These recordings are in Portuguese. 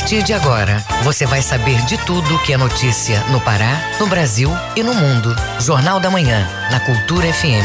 partir de agora, você vai saber de tudo que é notícia no Pará, no Brasil e no mundo. Jornal da Manhã, na Cultura FM.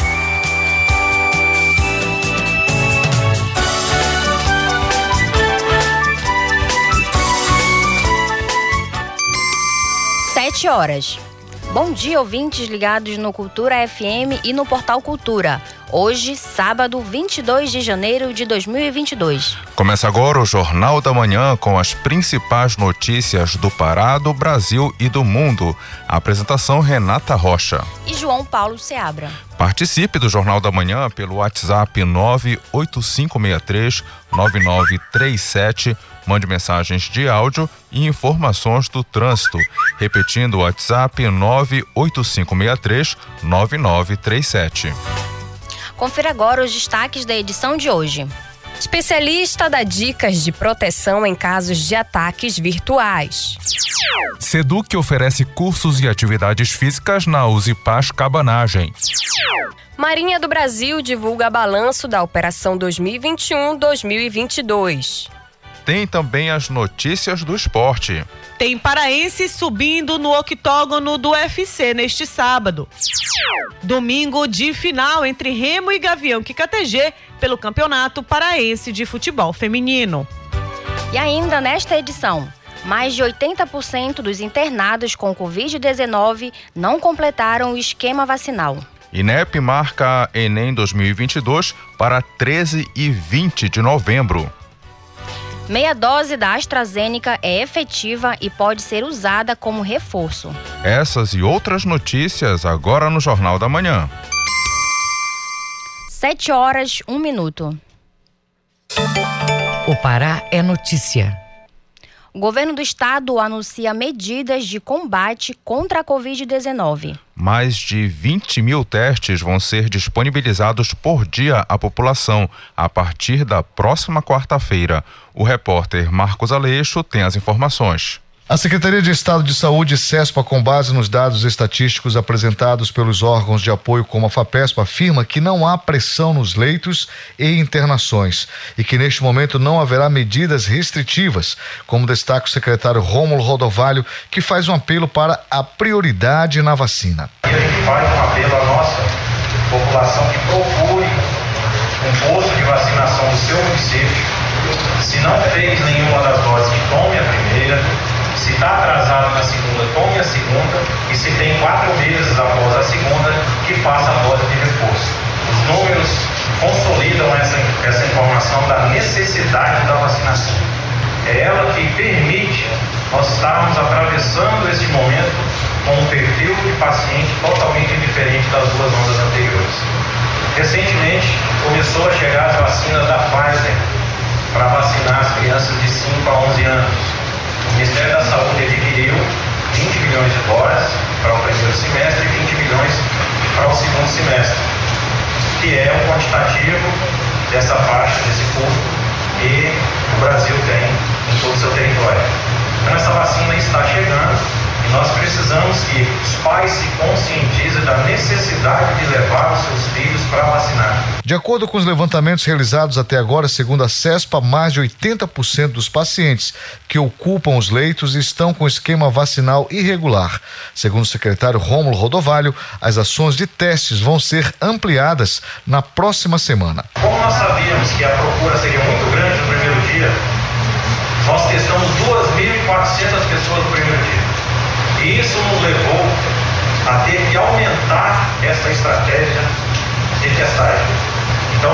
Horas. Bom dia, ouvintes ligados no Cultura FM e no Portal Cultura. Hoje, sábado, 22 de janeiro de 2022. Começa agora o Jornal da Manhã com as principais notícias do Pará, do Brasil e do mundo. A apresentação Renata Rocha e João Paulo Seabra. Participe do Jornal da Manhã pelo WhatsApp 98563-9937. Mande mensagens de áudio e informações do trânsito. Repetindo o WhatsApp 98563-9937. Confira agora os destaques da edição de hoje. Especialista dá dicas de proteção em casos de ataques virtuais. Seduc oferece cursos e atividades físicas na Usipaz Cabanagem. Marinha do Brasil divulga balanço da Operação 2021-2022. Tem também as notícias do esporte. Tem paraense subindo no octógono do UFC neste sábado. Domingo de final entre Remo e Gavião Kikatg pelo Campeonato Paraense de Futebol Feminino. E ainda nesta edição, mais de 80% dos internados com Covid-19 não completaram o esquema vacinal. INEP marca Enem 2022 para 13 e 20 de novembro. Meia dose da AstraZeneca é efetiva e pode ser usada como reforço. Essas e outras notícias agora no Jornal da Manhã. 7h01. O Pará é notícia. O governo do estado anuncia medidas de combate contra a Covid-19. Mais de 20 mil testes vão ser disponibilizados por dia à população a partir da próxima quarta-feira. O repórter Marcos Aleixo tem as informações. A Secretaria de Estado de Saúde, SESPA, com base nos dados estatísticos apresentados pelos órgãos de apoio como a FAPESP, afirma que não há pressão nos leitos e internações e que neste momento não haverá medidas restritivas, como destaca o secretário Rômulo Rodovalho, que faz um apelo para a prioridade na vacina. E a gente faz um apelo à nossa população que procure um posto de vacinação do seu município. Se não fez nenhuma das doses, que tome a primeira. Se está atrasado na segunda, tome a segunda. E se tem 4 meses após a segunda, que faça a dose de reforço. Os números consolidam essa informação da necessidade da vacinação. É ela que permite nós estarmos atravessando esse momento com um perfil de paciente totalmente diferente das 2 ondas anteriores. Recentemente, começou a chegar as vacinas da Pfizer para vacinar as crianças de 5 a 11 anos. O Ministério da Saúde adquiriu 20 milhões de doses para o primeiro semestre e 20 milhões para o segundo semestre, que é um quantitativo dessa faixa, desse público, que o Brasil tem em todo o seu território. Então essa vacina está chegando e nós precisamos que os pais se conscientizem da necessidade de levar os seus filhos para vacinar. De acordo com os levantamentos realizados até agora, segundo a SESPA, mais de 80% dos pacientes que ocupam os leitos estão com esquema vacinal irregular. Segundo o secretário Rômulo Rodovalho, as ações de testes vão ser ampliadas na próxima semana. Como nós sabíamos que a procura seria muito grande no primeiro dia, nós testamos 2.400 pessoas no primeiro dia. E isso nos levou a ter que aumentar essa estratégia de testagem. Então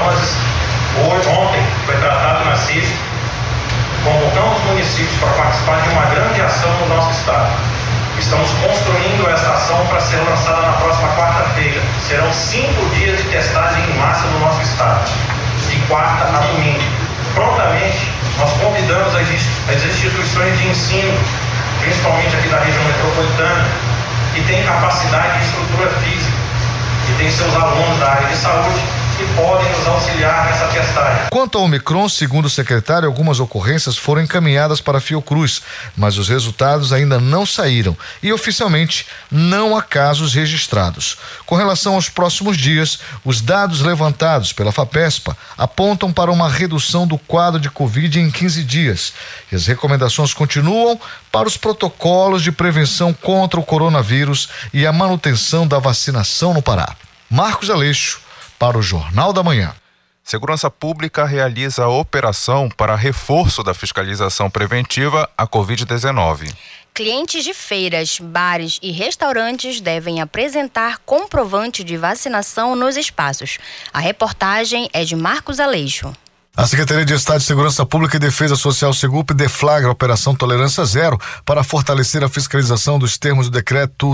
ontem foi tratado na CIS, convocamos os municípios para participar de uma grande ação no nosso estado. Estamos construindo essa ação para ser lançada na próxima quarta-feira. Serão 5 dias de testagem em massa no nosso estado, de quarta a domingo. Prontamente, nós convidamos as instituições de ensino, principalmente aqui da região metropolitana, que tem capacidade de estrutura física, que tem seus alunos da área de saúde, que podem nos auxiliar nessa testagem. Quanto ao Omicron, segundo o secretário, algumas ocorrências foram encaminhadas para a Fiocruz, mas os resultados ainda não saíram e oficialmente não há casos registrados. Com relação aos próximos dias, os dados levantados pela FAPESPA apontam para uma redução do quadro de Covid em 15 dias. E as recomendações continuam para os protocolos de prevenção contra o coronavírus e a manutenção da vacinação no Pará. Marcos Aleixo, para o Jornal da Manhã. Segurança Pública realiza a operação para reforço da fiscalização preventiva à Covid-19. Clientes de feiras, bares e restaurantes devem apresentar comprovante de vacinação nos espaços. A reportagem é de Marcos Aleixo. A Secretaria de Estado de Segurança Pública e Defesa Social Segup deflagra a Operação Tolerância Zero para fortalecer a fiscalização dos termos do Decreto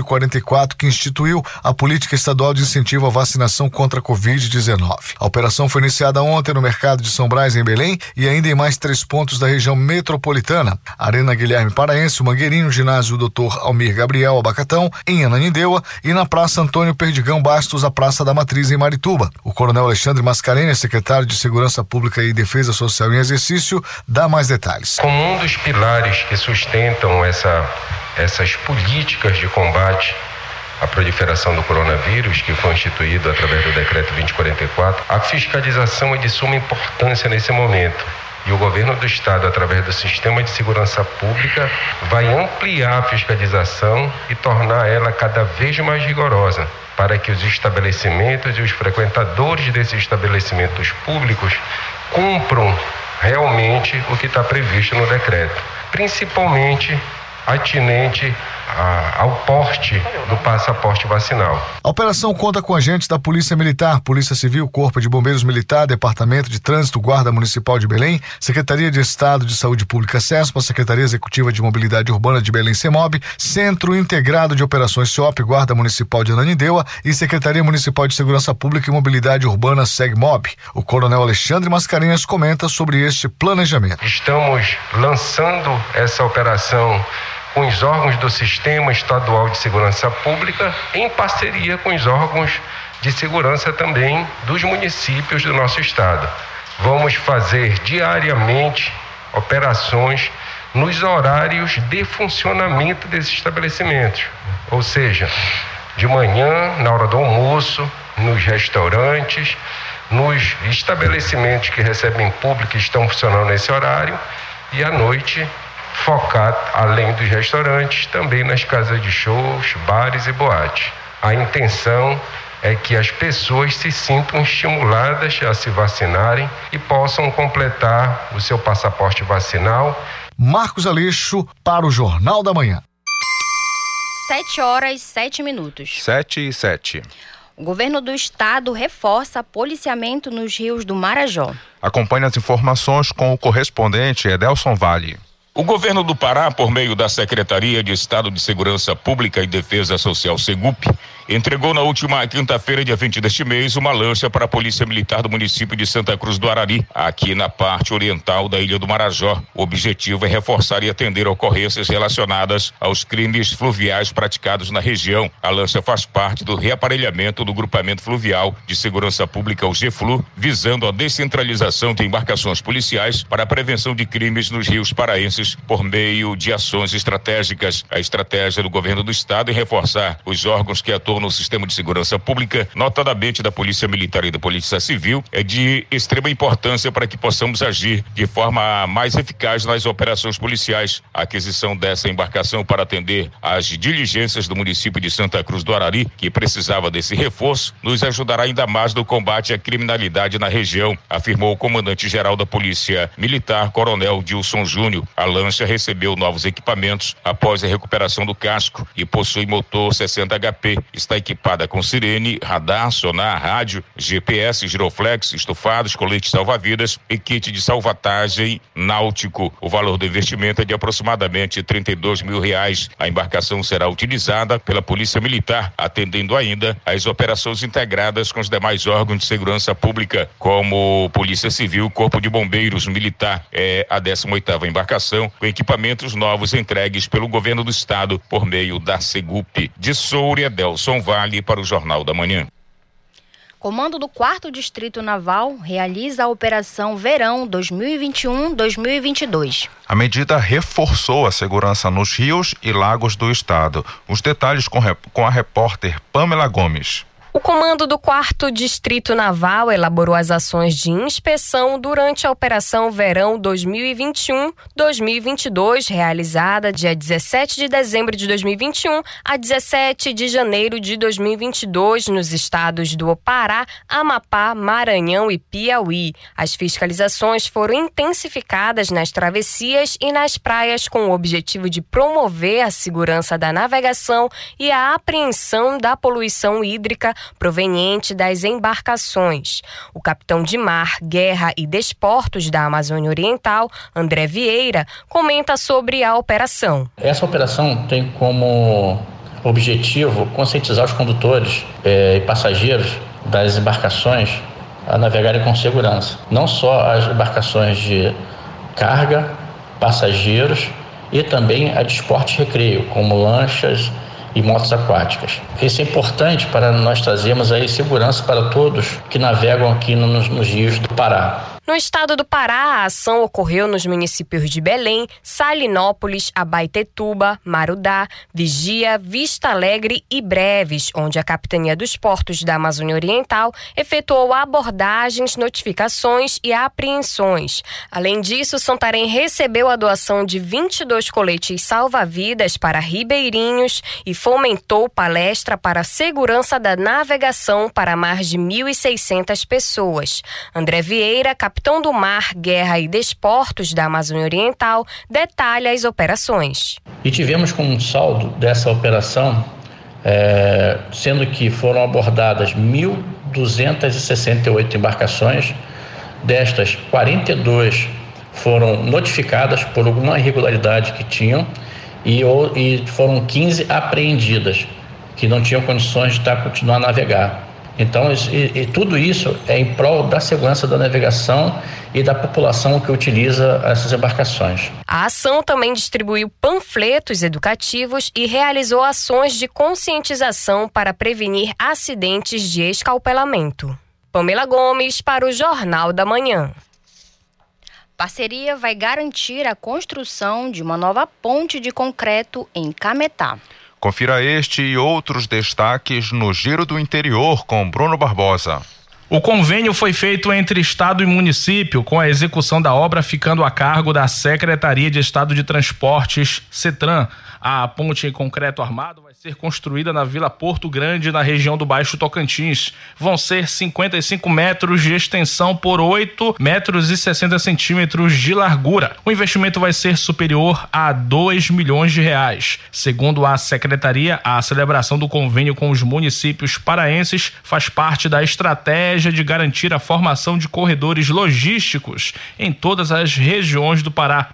2044 que instituiu a Política Estadual de Incentivo à Vacinação contra a Covid-19. A operação foi iniciada ontem no Mercado de São Brás, em Belém, e ainda em mais 3 pontos da região metropolitana: Arena Guilherme Paraense, o Mangueirinho, Ginásio Dr. Almir Gabriel Abacatão, em Ananindeua, e na Praça Antônio Perdigão Bastos, a Praça da Matriz, em Marituba. O Coronel Alexandre Mascarenhas, secretário de Segurança Pública e Defesa Social em exercício, dá mais detalhes. Como um dos pilares que sustentam essas políticas de combate à proliferação do coronavírus, que foi instituído através do Decreto 2044, a fiscalização é de suma importância nesse momento. E o governo do estado, através do Sistema de Segurança Pública, vai ampliar a fiscalização e tornar ela cada vez mais rigorosa, para que os estabelecimentos e os frequentadores desses estabelecimentos públicos cumpram realmente o que está previsto no decreto, principalmente atinente ao porte do passaporte vacinal. A operação conta com agentes da Polícia Militar, Polícia Civil, Corpo de Bombeiros Militar, Departamento de Trânsito, Guarda Municipal de Belém, Secretaria de Estado de Saúde Pública CESPA, Secretaria Executiva de Mobilidade Urbana de Belém CEMOB, Centro Integrado de Operações CEOP, Guarda Municipal de Ananindeua e Secretaria Municipal de Segurança Pública e Mobilidade Urbana SEGMOB. O Coronel Alexandre Mascarenhas comenta sobre este planejamento. Estamos lançando essa operação com os órgãos do Sistema Estadual de Segurança Pública, em parceria com os órgãos de segurança também dos municípios do nosso estado. Vamos fazer diariamente operações nos horários de funcionamento desses estabelecimentos, ou seja, de manhã, na hora do almoço, nos restaurantes, nos estabelecimentos que recebem público que estão funcionando nesse horário, e à noite focar, além dos restaurantes, também nas casas de shows, bares e boates. A intenção é que as pessoas se sintam estimuladas a se vacinarem e possam completar o seu passaporte vacinal. Marcos Aleixo, para o Jornal da Manhã. 7h07. 7h07. O governo do estado reforça policiamento nos rios do Marajó. Acompanhe as informações com o correspondente Edelson Vale. O governo do Pará, por meio da Secretaria de Estado de Segurança Pública e Defesa Social Segup, entregou na última quinta-feira, dia 20 deste mês, uma lancha para a Polícia Militar do município de Santa Cruz do Arari, aqui na parte oriental da Ilha do Marajó. O objetivo é reforçar e atender ocorrências relacionadas aos crimes fluviais praticados na região. A lancha faz parte do reaparelhamento do Grupamento Fluvial de Segurança Pública, o GFLU, visando a descentralização de embarcações policiais para a prevenção de crimes nos rios paraenses por meio de ações estratégicas. A estratégia do governo do estado é reforçar os órgãos que atuam no sistema de segurança pública, notadamente da Polícia Militar e da Polícia Civil, é de extrema importância para que possamos agir de forma mais eficaz nas operações policiais. A aquisição dessa embarcação para atender às diligências do município de Santa Cruz do Arari, que precisava desse reforço, nos ajudará ainda mais no combate à criminalidade na região, afirmou o comandante-geral da Polícia Militar, Coronel Dilson Júnior. A lancha recebeu novos equipamentos após a recuperação do casco e possui motor 60 HP. Está equipada com sirene, radar, sonar, rádio, GPS, giroflex, estofados, coletes salva-vidas e kit de salvatagem náutico. O valor do investimento é de aproximadamente R$32 mil. A embarcação será utilizada pela Polícia Militar, atendendo ainda às operações integradas com os demais órgãos de segurança pública, como Polícia Civil, Corpo de Bombeiros Militar. É a 18ª embarcação com equipamentos novos entregues pelo governo do estado por meio da Segup. De Soura, Delson Vale, para o Jornal da Manhã. Comando do 4º Distrito Naval realiza a Operação Verão 2021-2022. A medida reforçou a segurança nos rios e lagos do estado. Os detalhes com a repórter Pamela Gomes. O comando do 4º Distrito Naval elaborou as ações de inspeção durante a Operação Verão 2021-2022, realizada dia 17 de dezembro de 2021 a 17 de janeiro de 2022, nos estados do Pará, Amapá, Maranhão e Piauí. As fiscalizações foram intensificadas nas travessias e nas praias com o objetivo de promover a segurança da navegação e a apreensão da poluição hídrica proveniente das embarcações. O capitão de mar, guerra e desportos da Amazônia Oriental, André Vieira, comenta sobre a operação. Essa operação tem como objetivo conscientizar os condutores e passageiros das embarcações a navegarem com segurança. Não só as embarcações de carga, passageiros e também a de esporte e recreio, como lanchas e motos aquáticas. Isso é importante para nós trazermos aí segurança para todos que navegam aqui nos rios do Pará. No estado do Pará, a ação ocorreu nos municípios de Belém, Salinópolis, Abaetetuba, Marudá, Vigia, Vista Alegre e Breves, onde a Capitania dos Portos da Amazônia Oriental efetuou abordagens, notificações e apreensões. Além disso, Santarém recebeu a doação de 22 coletes salva-vidas para ribeirinhos e fomentou palestra para a segurança da navegação para mais de 1.600 pessoas. André Vieira, capitão do mar, guerra e desportos da Amazônia Oriental, detalha as operações. E tivemos como saldo dessa operação, sendo que foram abordadas 1.268 embarcações, destas 42 foram notificadas por alguma irregularidade que tinham e foram 15 apreendidas, que não tinham condições de continuar a navegar. Então, tudo isso é em prol da segurança da navegação e da população que utiliza essas embarcações. A ação também distribuiu panfletos educativos e realizou ações de conscientização para prevenir acidentes de escalpelamento. Pamela Gomes para o Jornal da Manhã. Parceria vai garantir a construção de uma nova ponte de concreto em Cametá. Confira este e outros destaques no Giro do Interior com Bruno Barbosa. O convênio foi feito entre Estado e município, com a execução da obra ficando a cargo da Secretaria de Estado de Transportes, CETRAN. A ponte em concreto armado vai ser construída na Vila Porto Grande, na região do Baixo Tocantins. Vão ser 55 metros de extensão por 8 metros e 60 centímetros de largura. O investimento vai ser superior a R$2 milhões. Segundo a Secretaria, a celebração do convênio com os municípios paraenses faz parte da estratégia de garantir a formação de corredores logísticos em todas as regiões do Pará.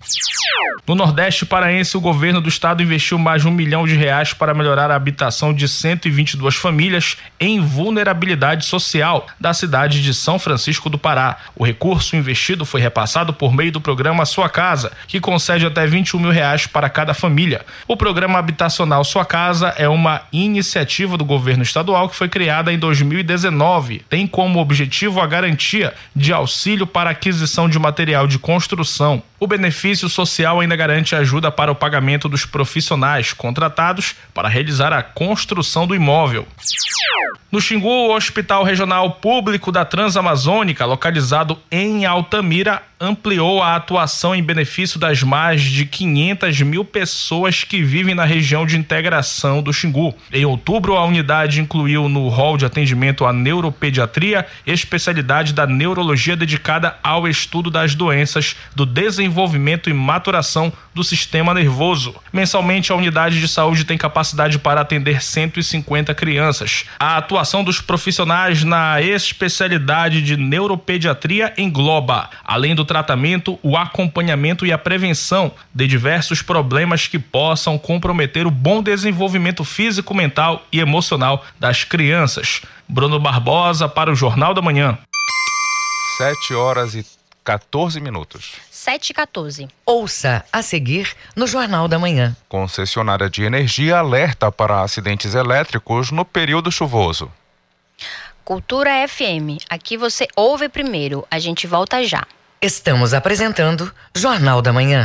No Nordeste paraense, o governo do estado investiu mais de R$1 milhão para melhorar a habitação de 122 famílias em vulnerabilidade social da cidade de São Francisco do Pará. O recurso investido foi repassado por meio do programa Sua Casa, que concede até R$21 mil para cada família. O programa habitacional Sua Casa é uma iniciativa do governo estadual que foi criada em 2019. Tem como objetivo a garantia de auxílio para aquisição de material de construção. O benefício social ainda garante ajuda para o pagamento dos profissionais contratados para realizar a construção do imóvel. No Xingu, o Hospital Regional Público da Transamazônica, localizado em Altamira, ampliou a atuação em benefício das mais de 500 mil pessoas que vivem na região de integração do Xingu. Em outubro, a unidade incluiu no rol de atendimento a neuropediatria, especialidade da neurologia dedicada ao estudo das doenças do desenvolvimento e maturação do sistema nervoso. Mensalmente, a unidade de saúde tem capacidade para atender 150 crianças. A atuação dos profissionais na especialidade de neuropediatria engloba, além do tratamento, o acompanhamento e a prevenção de diversos problemas que possam comprometer o bom desenvolvimento físico, mental e emocional das crianças. Bruno Barbosa para o Jornal da Manhã. 7h14. 7h14. Ouça a seguir no Jornal da Manhã. Concessionária de energia alerta para acidentes elétricos no período chuvoso. Cultura FM. Aqui você ouve primeiro. A gente volta já. Estamos apresentando Jornal da Manhã.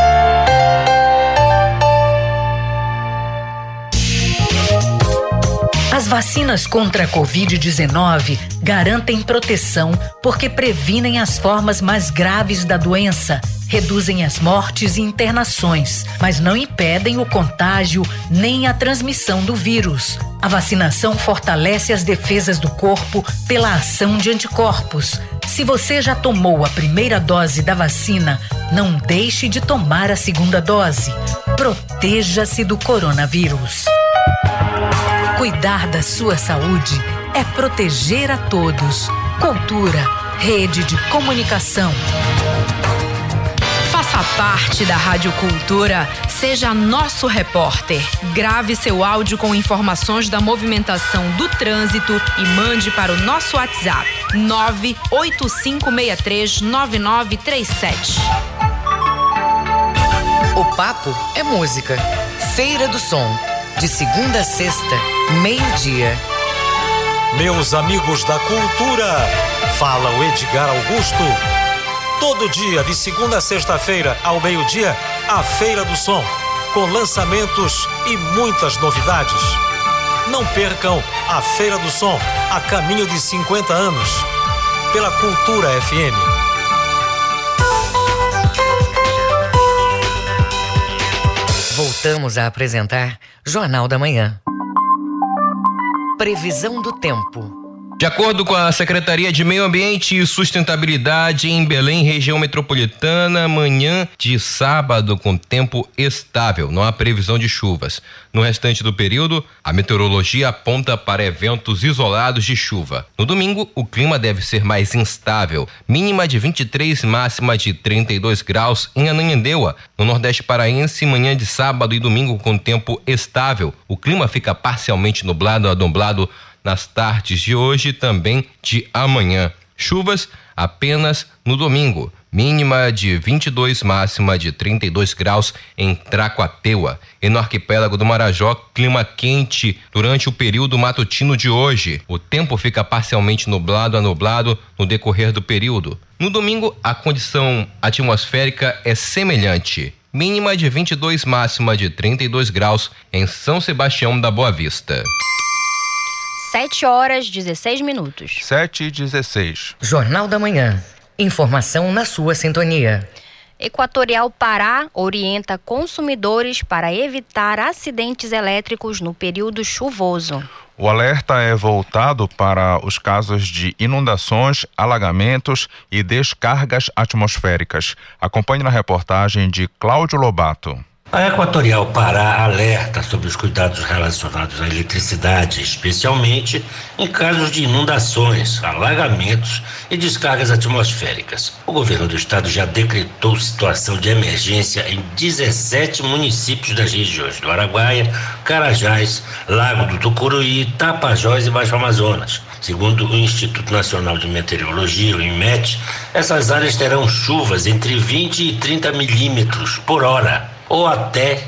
As vacinas contra a Covid-19 garantem proteção porque previnem as formas mais graves da doença, reduzem as mortes e internações, mas não impedem o contágio nem a transmissão do vírus. A vacinação fortalece as defesas do corpo pela ação de anticorpos. Se você já tomou a primeira dose da vacina, não deixe de tomar a segunda dose. Proteja-se do coronavírus. Cuidar da sua saúde é proteger a todos. Cultura, rede de comunicação. Faça parte da Rádio Cultura, seja nosso repórter. Grave seu áudio com informações da movimentação do trânsito e mande para o nosso WhatsApp 985639937. O papo é música. Feira do Som. De segunda a sexta, meio-dia. Meus amigos da cultura, fala o Edgar Augusto. Todo dia, de segunda a sexta-feira, ao meio-dia, a Feira do Som, com lançamentos e muitas novidades. Não percam a Feira do Som, a caminho de 50 anos, pela Cultura FM. Voltamos a apresentar Jornal da Manhã. Previsão do tempo. De acordo com a Secretaria de Meio Ambiente e Sustentabilidade em Belém, região metropolitana, manhã de sábado com tempo estável, não há previsão de chuvas. No restante do período, a meteorologia aponta para eventos isolados de chuva. No domingo, o clima deve ser mais instável, mínima de 23, máxima de 32 graus em Ananindeua. No Nordeste paraense, manhã de sábado e domingo com tempo estável. O clima fica parcialmente nublado a nublado nas tardes de hoje e também de amanhã. Chuvas apenas no domingo, mínima de 22, máxima de 32 graus em Tracuateua. E no arquipélago do Marajó, clima quente durante o período matutino de hoje. O tempo fica parcialmente nublado a nublado no decorrer do período. No domingo, a condição atmosférica é semelhante. Mínima de 22, máxima de 32 graus em São Sebastião da Boa Vista. 7h16. 7h16. Jornal da Manhã. Informação na sua sintonia. Equatorial Pará orienta consumidores para evitar acidentes elétricos no período chuvoso. O alerta é voltado para os casos de inundações, alagamentos e descargas atmosféricas. Acompanhe na reportagem de Cláudio Lobato. A Equatorial Pará alerta sobre os cuidados relacionados à eletricidade, especialmente em casos de inundações, alagamentos e descargas atmosféricas. O governo do estado já decretou situação de emergência em 17 municípios das regiões do Araguaia, Carajás, Lago do Tucuruí, Tapajós e Baixo Amazonas. Segundo o Instituto Nacional de Meteorologia, o INMET, essas áreas terão chuvas entre 20 e 30 milímetros por hora, ou até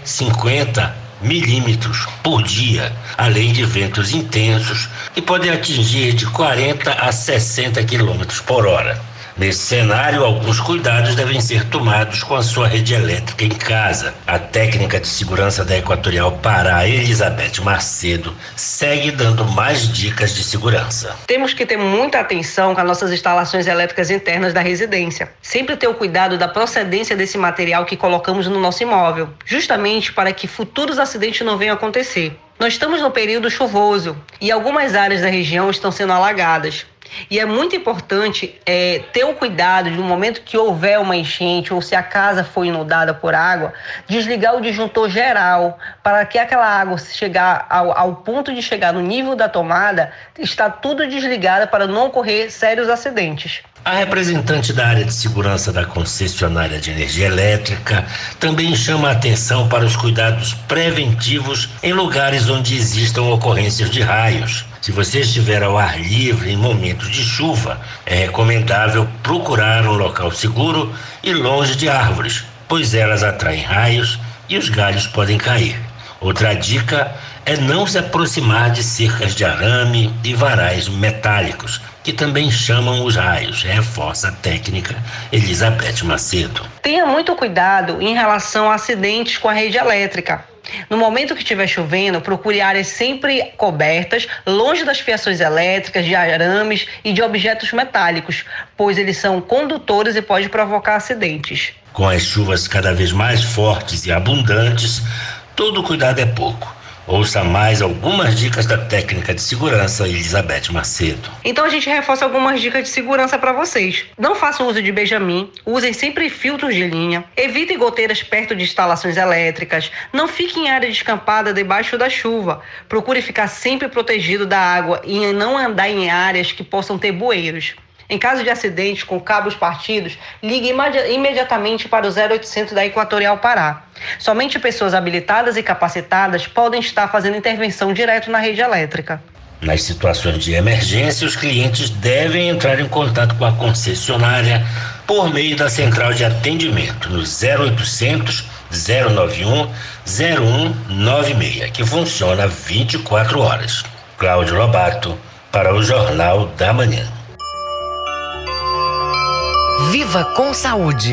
50 milímetros por dia, além de ventos intensos que podem atingir de 40 a 60 quilômetros por hora. Nesse cenário, alguns cuidados devem ser tomados com a sua rede elétrica em casa. A técnica de segurança da Equatorial Pará, Elizabeth Macedo, segue dando mais dicas de segurança. Temos que ter muita atenção com as nossas instalações elétricas internas da residência. Sempre ter o cuidado da procedência desse material que colocamos no nosso imóvel, justamente para que futuros acidentes não venham a acontecer. Nós estamos no período chuvoso e algumas áreas da região estão sendo alagadas. E é muito importante ter o cuidado de, no momento que houver uma enchente ou se a casa for inundada por água, desligar o disjuntor geral para que aquela água chegar ao ponto de chegar no nível da tomada, está tudo desligado para não ocorrer sérios acidentes. A representante da área de segurança da concessionária de energia elétrica também chama a atenção para os cuidados preventivos em lugares onde existam ocorrências de raios. Se você estiver ao ar livre em momentos de chuva, é recomendável procurar um local seguro e longe de árvores, pois elas atraem raios e os galhos podem cair. Outra dica é não se aproximar de cercas de arame e varais metálicos, que também chamam os raios, reforça a técnica Elizabeth Macedo. Tenha muito cuidado em relação a acidentes com a rede elétrica. No momento que estiver chovendo, procure áreas sempre cobertas, longe das fiações elétricas, de arames e de objetos metálicos, pois eles são condutores e podem provocar acidentes. Com as chuvas cada vez mais fortes e abundantes, todo cuidado é pouco. Ouça mais algumas dicas da técnica de segurança Elizabeth Macedo. Então a gente reforça algumas dicas de segurança para vocês. Não façam uso de Benjamin, usem sempre filtros de linha, evitem goteiras perto de instalações elétricas, não fique em área descampada debaixo da chuva, procure ficar sempre protegido da água e não andar em áreas que possam ter bueiros. Em caso de acidente com cabos partidos, ligue imediatamente para o 0800 da Equatorial Pará. Somente pessoas habilitadas e capacitadas podem estar fazendo intervenção direto na rede elétrica. Nas situações de emergência, os clientes devem entrar em contato com a concessionária por meio da central de atendimento no 0800 091 0196, que funciona 24 horas. Cláudio Lobato, para o Jornal da Manhã. Viva com saúde.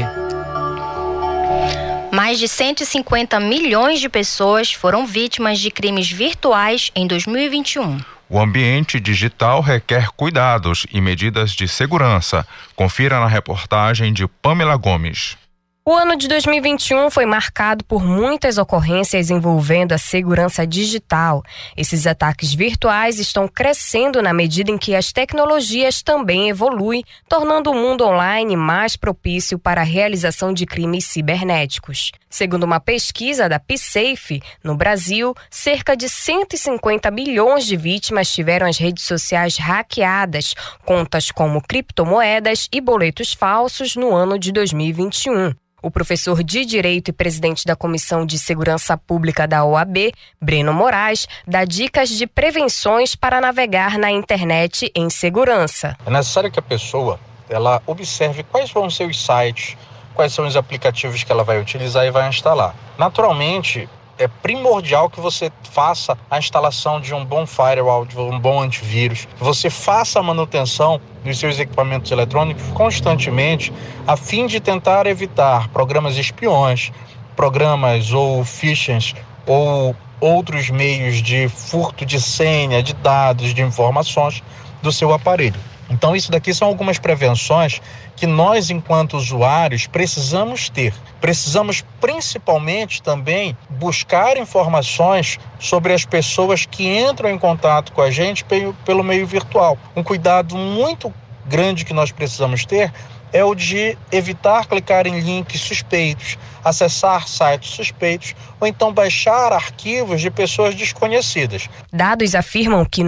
Mais de 150 milhões de pessoas foram vítimas de crimes virtuais em 2021. O ambiente digital requer cuidados e medidas de segurança. Confira na reportagem de Pamela Gomes. O ano de 2021 foi marcado por muitas ocorrências envolvendo a segurança digital. Esses ataques virtuais estão crescendo na medida em que as tecnologias também evoluem, tornando o mundo online mais propício para a realização de crimes cibernéticos. Segundo uma pesquisa da PSafe, no Brasil, cerca de 150 milhões de vítimas tiveram as redes sociais hackeadas, contas como criptomoedas e boletos falsos no ano de 2021. O professor de Direito e presidente da Comissão de Segurança Pública da OAB, Breno Moraes, dá dicas de prevenções para navegar na internet em segurança. É necessário que a pessoa ela observe quais vão ser os sites, quais são os aplicativos que ela vai utilizar e vai instalar. Naturalmente, é primordial que você faça a instalação de um bom firewall, de um bom antivírus, que você faça a manutenção dos seus equipamentos eletrônicos constantemente, a fim de tentar evitar programas espiões, programas ou phishing ou outros meios de furto de senha, de dados, de informações do seu aparelho. Então isso daqui são algumas prevenções que nós, enquanto usuários, precisamos ter. Precisamos principalmente também buscar informações sobre as pessoas que entram em contato com a gente pelo meio virtual. Um cuidado muito grande que nós precisamos ter é o de evitar clicar em links suspeitos, acessar sites suspeitos ou então baixar arquivos de pessoas desconhecidas. Dados afirmam que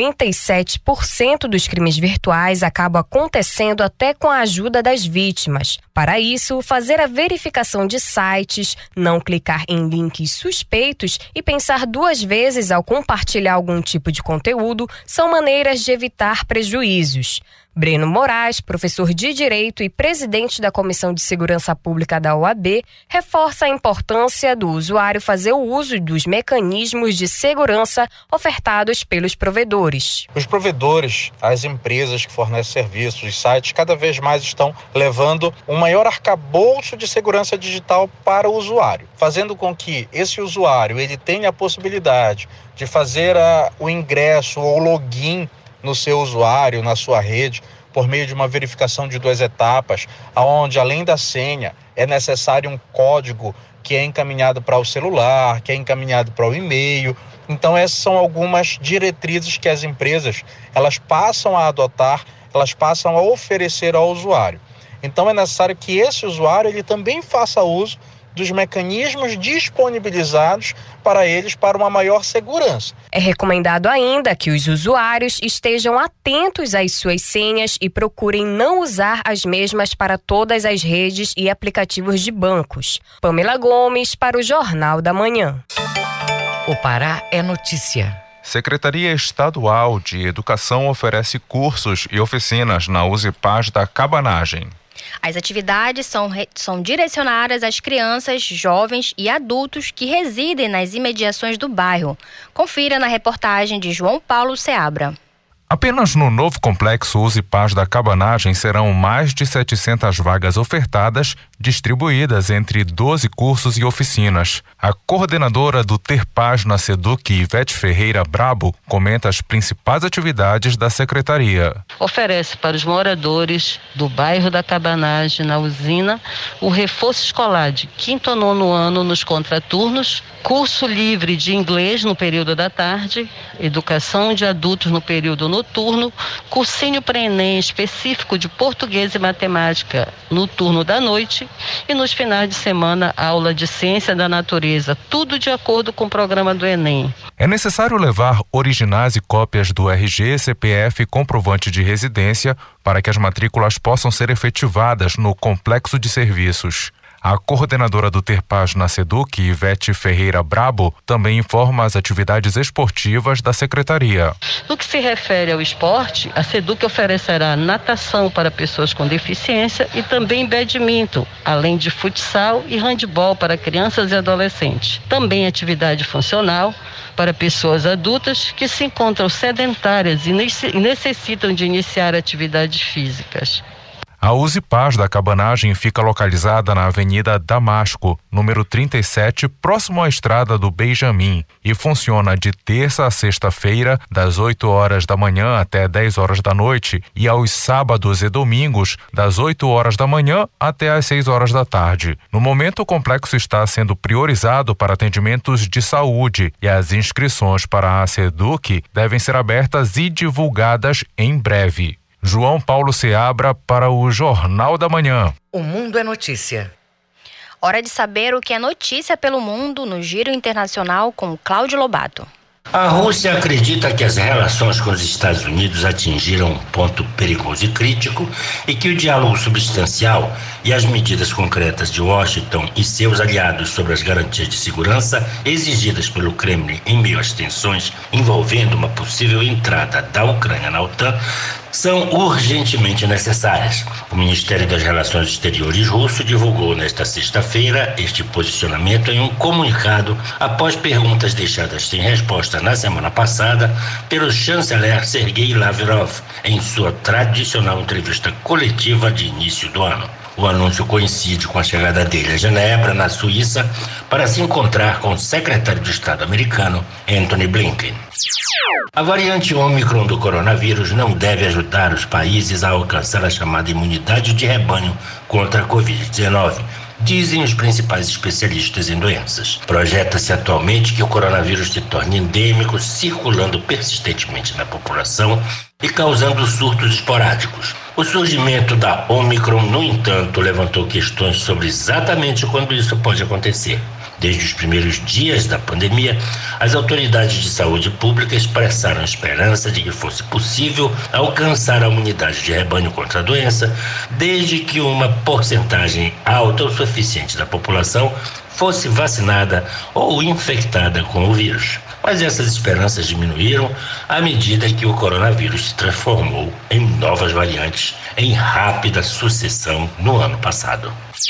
97% dos crimes virtuais acabam acontecendo até com a ajuda das vítimas. Para isso, fazer a verificação de sites, não clicar em links suspeitos e pensar duas vezes ao compartilhar algum tipo de conteúdo são maneiras de evitar prejuízos. Breno Moraes, professor de Direito e presidente da Comissão de Segurança Pública da OAB, reforça a importância do usuário fazer o uso dos mecanismos de segurança ofertados pelos provedores. Os provedores, as empresas que fornecem serviços, os sites, cada vez mais estão levando um maior arcabouço de segurança digital para o usuário, fazendo com que esse usuário ele tenha a possibilidade de fazer o ingresso ou login no seu usuário, na sua rede, por meio de uma verificação de 2 etapas, onde além da senha é necessário um código que é encaminhado para o celular, que é encaminhado para o e-mail. Então essas são algumas diretrizes que as empresas elas passam a adotar, elas passam a oferecer ao usuário. Então é necessário que esse usuário ele também faça uso dos mecanismos disponibilizados para eles para uma maior segurança. É recomendado ainda que os usuários estejam atentos às suas senhas e procurem não usar as mesmas para todas as redes e aplicativos de bancos. Pamela Gomes para o Jornal da Manhã. O Pará é notícia. Secretaria Estadual de Educação oferece cursos e oficinas na USEPAS da Cabanagem. As atividades são direcionadas às crianças, jovens e adultos que residem nas imediações do bairro. Confira na reportagem de João Paulo Seabra. Apenas no novo complexo Use Paz da Cabanagem serão mais de 700 vagas ofertadas, distribuídas entre 12 cursos e oficinas. A coordenadora do Ter Paz na SEDUC, Ivete Ferreira Brabo, comenta as principais atividades da secretaria. Oferece para os moradores do bairro da Cabanagem, na usina, o reforço escolar de 5º a 9º ano nos contraturnos, curso livre de inglês no período da tarde, educação de adultos no período noturno, cursinho pré-ENEM específico de português e matemática no turno da noite e nos finais de semana aula de ciência da natureza, tudo de acordo com o programa do ENEM. É necessário levar originais e cópias do RG, CPF e comprovante de residência para que as matrículas possam ser efetivadas no complexo de serviços. A coordenadora do Ter Paz na SEDUC, Ivete Ferreira Brabo, também informa as atividades esportivas da secretaria. No que se refere ao esporte, a SEDUC oferecerá natação para pessoas com deficiência e também badminton, além de futsal e handebol para crianças e adolescentes. Também atividade funcional para pessoas adultas que se encontram sedentárias e necessitam de iniciar atividades físicas. A Use Paz da Cabanagem fica localizada na Avenida Damasco, número 37, próximo à estrada do Benjamin, e funciona de terça a sexta-feira, das 8 horas da manhã até 10 horas da noite, e aos sábados e domingos, das 8 horas da manhã até às 6 horas da tarde. No momento, o complexo está sendo priorizado para atendimentos de saúde e as inscrições para a SEDUC devem ser abertas e divulgadas em breve. João Paulo Seabra para o Jornal da Manhã. O Mundo é Notícia. Hora de saber o que é notícia pelo mundo no Giro Internacional com Cláudio Lobato. A Rússia acredita que as relações com os Estados Unidos atingiram um ponto perigoso e crítico e que o diálogo substancial e as medidas concretas de Washington e seus aliados sobre as garantias de segurança exigidas pelo Kremlin em meio às tensões envolvendo uma possível entrada da Ucrânia na OTAN são urgentemente necessárias. O Ministério das Relações Exteriores russo divulgou nesta sexta-feira este posicionamento em um comunicado após perguntas deixadas sem resposta na semana passada pelo chanceler Sergei Lavrov em sua tradicional entrevista coletiva de início do ano. O anúncio coincide com a chegada dele a Genebra, na Suíça, para se encontrar com o secretário de Estado americano, Antony Blinken. A variante Ômicron do coronavírus não deve ajudar os países a alcançar a chamada imunidade de rebanho contra a Covid-19, dizem os principais especialistas em doenças. Projeta-se atualmente que o coronavírus se torne endêmico, circulando persistentemente na população e causando surtos esporádicos. O surgimento da Ômicron, no entanto, levantou questões sobre exatamente quando isso pode acontecer. Desde os primeiros dias da pandemia, as autoridades de saúde pública expressaram esperança de que fosse possível alcançar a imunidade de rebanho contra a doença, desde que uma porcentagem alta o suficiente da população fosse vacinada ou infectada com o vírus. Mas essas esperanças diminuíram à medida que o coronavírus se transformou em novas variantes em rápida sucessão no ano passado.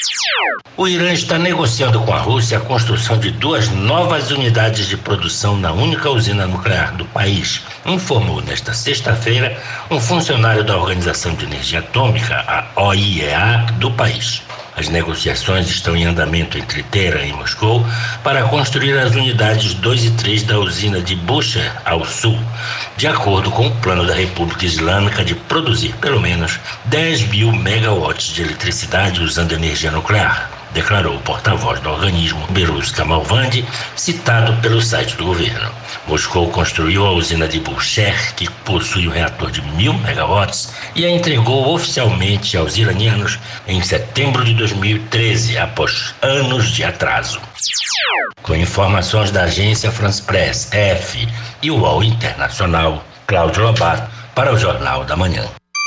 O Irã está negociando com a Rússia a construção de 2 novas unidades de produção na única usina nuclear do país, informou nesta sexta-feira um funcionário da Organização de Energia Atômica, a OIEA, do país. As negociações estão em andamento entre Teherã e Moscou para construir as unidades 2 e 3 da usina de Bushehr, ao sul, de acordo com o plano da República Islâmica de produzir pelo menos 10.000 megawatts de eletricidade usando energia nuclear, declarou o porta-voz do organismo, Behruz Kamalvandi, citado pelo site do governo. Moscou construiu a usina de Bushehr, que possui um reator de 1.000 megawatts, e a entregou oficialmente aos iranianos em setembro de 2013, após anos de atraso. Com informações da agência France Press, EF e o UOL Internacional, Cláudio Lobato, para o Jornal da Manhã.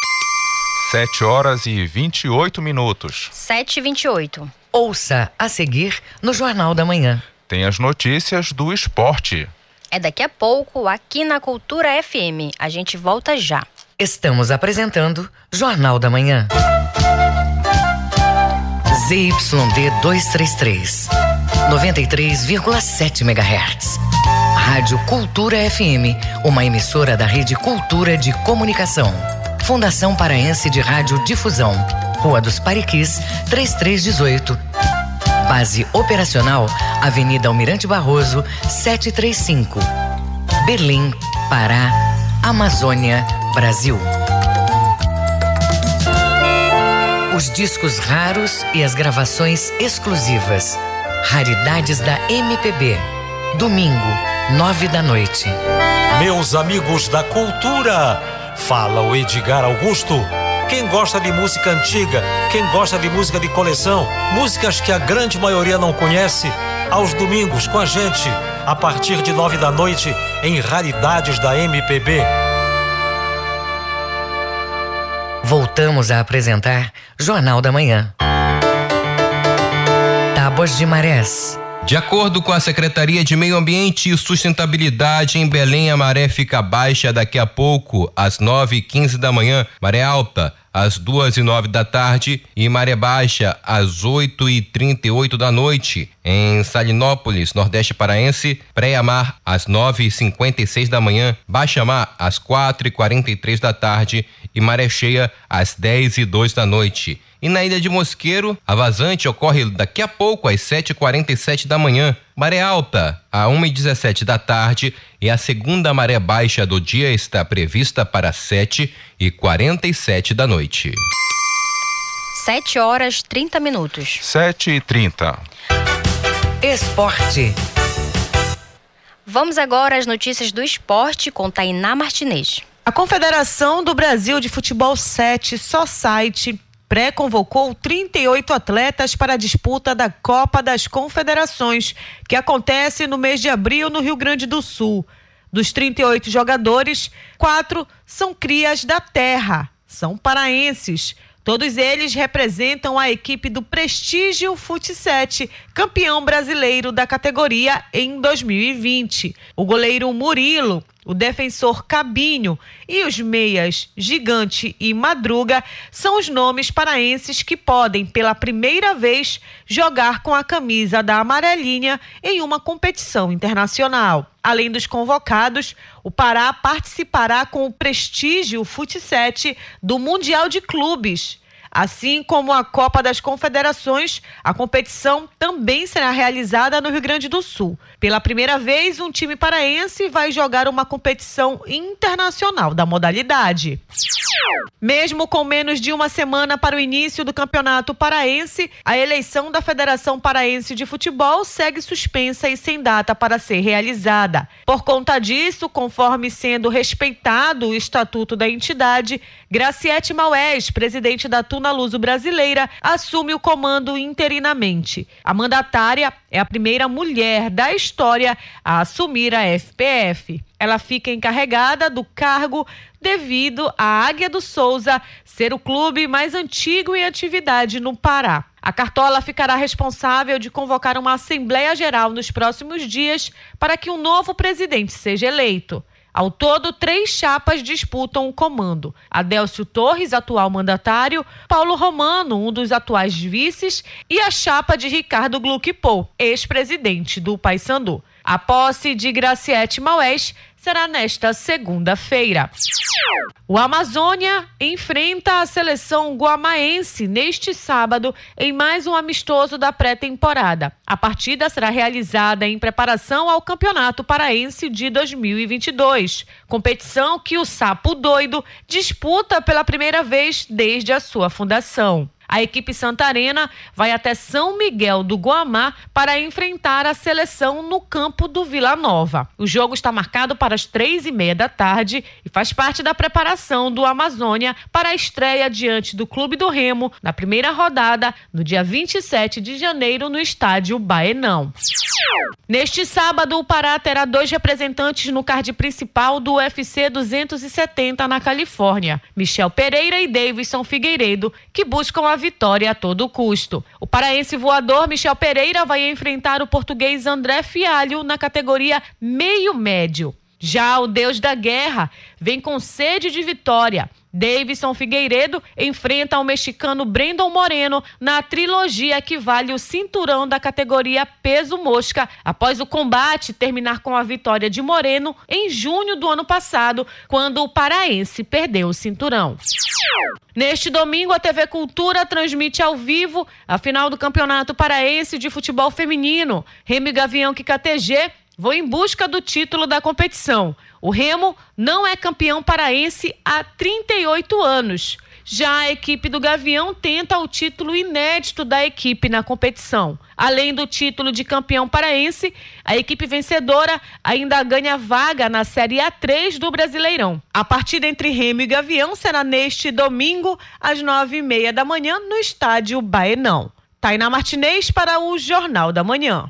7 horas e 28 minutos. 7h28. Ouça a seguir no Jornal da Manhã. Tem as notícias do esporte. É daqui a pouco aqui na Cultura FM. A gente volta já. Estamos apresentando Jornal da Manhã. ZYD 233, 93,7 MHz. Rádio Cultura FM, uma emissora da Rede Cultura de Comunicação. Fundação Paraense de Rádio Difusão, Rua dos Pariquis, 3318. Base operacional, Avenida Almirante Barroso, 735. Berlim, Pará, Amazônia, Brasil. Os discos raros e as gravações exclusivas. Raridades da MPB. Domingo, 9h. Meus amigos da cultura, fala o Edgar Augusto. Quem gosta de música antiga, quem gosta de música de coleção, músicas que a grande maioria não conhece, aos domingos com a gente, a partir de 9h em Raridades da MPB. Voltamos a apresentar Jornal da Manhã. Tábuas de marés. De acordo com a Secretaria de Meio Ambiente e Sustentabilidade, em Belém a maré fica baixa daqui a pouco, às 9h15 da manhã, maré alta às 2h09 da tarde e maré baixa às 8h38 da noite. Em Salinópolis, Nordeste Paraense, pré-mar às 9h56 da manhã, baixa-mar às 4h43 da tarde e maré cheia às 10h02 da noite. E na Ilha de Mosqueiro, a vazante ocorre daqui a pouco às 7h47 da manhã, maré alta a 1h17 da tarde e a segunda maré baixa do dia está prevista para 7h47 da noite. 7h30. 7h30. Esporte. Vamos agora às notícias do esporte com Tainá Martinez. A Confederação do Brasil de Futebol 7, Society, pré-convocou 38 atletas para a disputa da Copa das Confederações, que acontece no mês de abril no Rio Grande do Sul. Dos 38 jogadores, 4 são crias da terra, são paraenses. Todos eles representam a equipe do Prestígio Fut7, campeão brasileiro da categoria em 2020. O goleiro Murilo, o defensor Cabinho e os meias Gigante e Madruga são os nomes paraenses que podem, pela primeira vez, jogar com a camisa da amarelinha em uma competição internacional. Além dos convocados, o Pará participará com o Prestígio Fut7 do Mundial de Clubes. Assim como a Copa das Confederações, a competição também será realizada no Rio Grande do Sul. Pela primeira vez, um time paraense vai jogar uma competição internacional da modalidade. Mesmo com menos de uma semana para o início do Campeonato Paraense, a eleição da Federação Paraense de Futebol segue suspensa e sem data para ser realizada. Por conta disso, conforme sendo respeitado o estatuto da entidade, Graciete Maués, presidente da Tuna Luso Brasileira, assume o comando interinamente. A mandatária é a primeira mulher da história a assumir a FPF. Ela fica encarregada do cargo devido à Águia do Souza ser o clube mais antigo em atividade no Pará. A Cartola ficará responsável de convocar uma Assembleia Geral nos próximos dias para que um novo presidente seja eleito. Ao todo, 3 chapas disputam o comando. Adélcio Torres, atual mandatário, Paulo Romano, um dos atuais vices, e a chapa de Ricardo Gluckpol, ex-presidente do Paysandu. A posse de Graciete Maués será nesta segunda-feira. O Amazônia enfrenta a seleção guamaense neste sábado em mais um amistoso da pré-temporada. A partida será realizada em preparação ao Campeonato Paraense de 2022, competição que o Sapo Doido disputa pela primeira vez desde a sua fundação. A equipe santarena vai até São Miguel do Guamá para enfrentar a seleção no campo do Vila Nova. O jogo está marcado para as 3h30 da tarde e faz parte da preparação do Amazônia para a estreia diante do Clube do Remo na primeira rodada, no dia 27 de janeiro, no estádio Baenão. Neste sábado, o Pará terá 2 representantes no card principal do UFC 270 na Califórnia, Michel Pereira e Davidson Figueiredo, que buscam a vitória a todo custo. O paraense voador Michel Pereira vai enfrentar o português André Fialho na categoria meio-médio. Já o Deus da Guerra vem com sede de vitória. Davidson Figueiredo enfrenta o mexicano Brandon Moreno na trilogia que vale o cinturão da categoria peso mosca, após o combate terminar com a vitória de Moreno em junho do ano passado, quando o paraense perdeu o cinturão. Neste domingo, a TV Cultura transmite ao vivo a final do Campeonato Paraense de Futebol Feminino. Remo e Gavião QKTG vão em busca do título da competição. O Remo não é campeão paraense há 38 anos. Já a equipe do Gavião tenta o título inédito da equipe na competição. Além do título de campeão paraense, a equipe vencedora ainda ganha vaga na Série A3 do Brasileirão. A partida entre Remo e Gavião será neste domingo, às 9h30 da manhã, no estádio Baenão. Tainá Martinez para o Jornal da Manhã.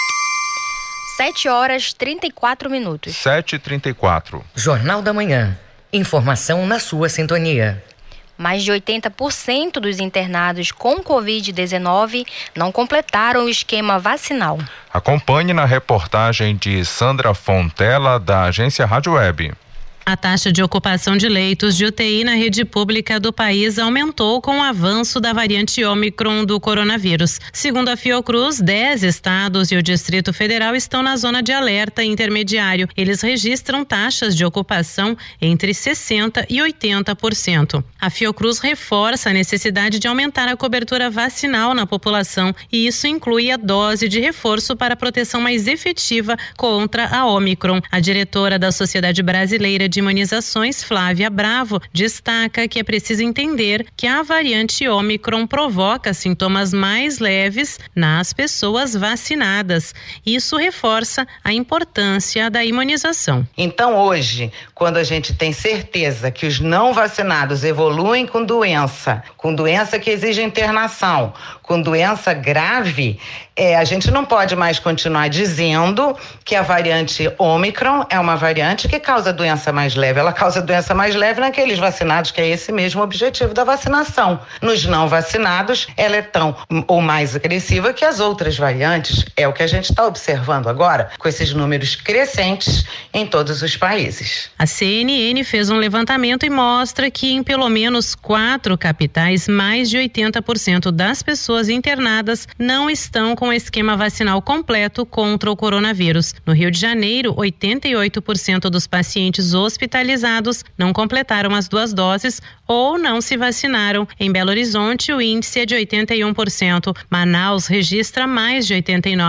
7h34. 7h34. Jornal da Manhã. Informação na sua sintonia. Mais de 80% dos internados com Covid-19 não completaram o esquema vacinal. Acompanhe na reportagem de Sandra Fontela, da agência Rádio Web. A taxa de ocupação de leitos de UTI na rede pública do país aumentou com o avanço da variante Ômicron do coronavírus. Segundo a Fiocruz, 10 estados e o Distrito Federal estão na zona de alerta intermediário. Eles registram taxas de ocupação entre 60% e 80%. A Fiocruz reforça a necessidade de aumentar a cobertura vacinal na população, e isso inclui a dose de reforço para proteção mais efetiva contra a Ômicron. A diretora da Sociedade Brasileira de Imunizações, Flávia Bravo, destaca que é preciso entender que a variante Ômicron provoca sintomas mais leves nas pessoas vacinadas. Isso reforça a importância da imunização. Então, hoje, quando a gente tem certeza que os não vacinados evoluem com doença que exige internação, com doença grave, a gente não pode mais continuar dizendo que a variante Ômicron é uma variante que causa doença mais leve. Ela causa doença mais leve naqueles vacinados, que é esse mesmo objetivo da vacinação. Nos não vacinados, ela é tão ou mais agressiva que as outras variantes. É o que a gente está observando agora, com esses números crescentes em todos os países. A CNN fez um levantamento e mostra que em pelo menos 4 capitais, mais de 80% das pessoas internadas não estão com o esquema vacinal completo contra o coronavírus. No Rio de Janeiro, 88% dos pacientes hospitalizados não completaram as 2 doses ou não se vacinaram. Em Belo Horizonte, o índice é de 81%. Manaus registra mais de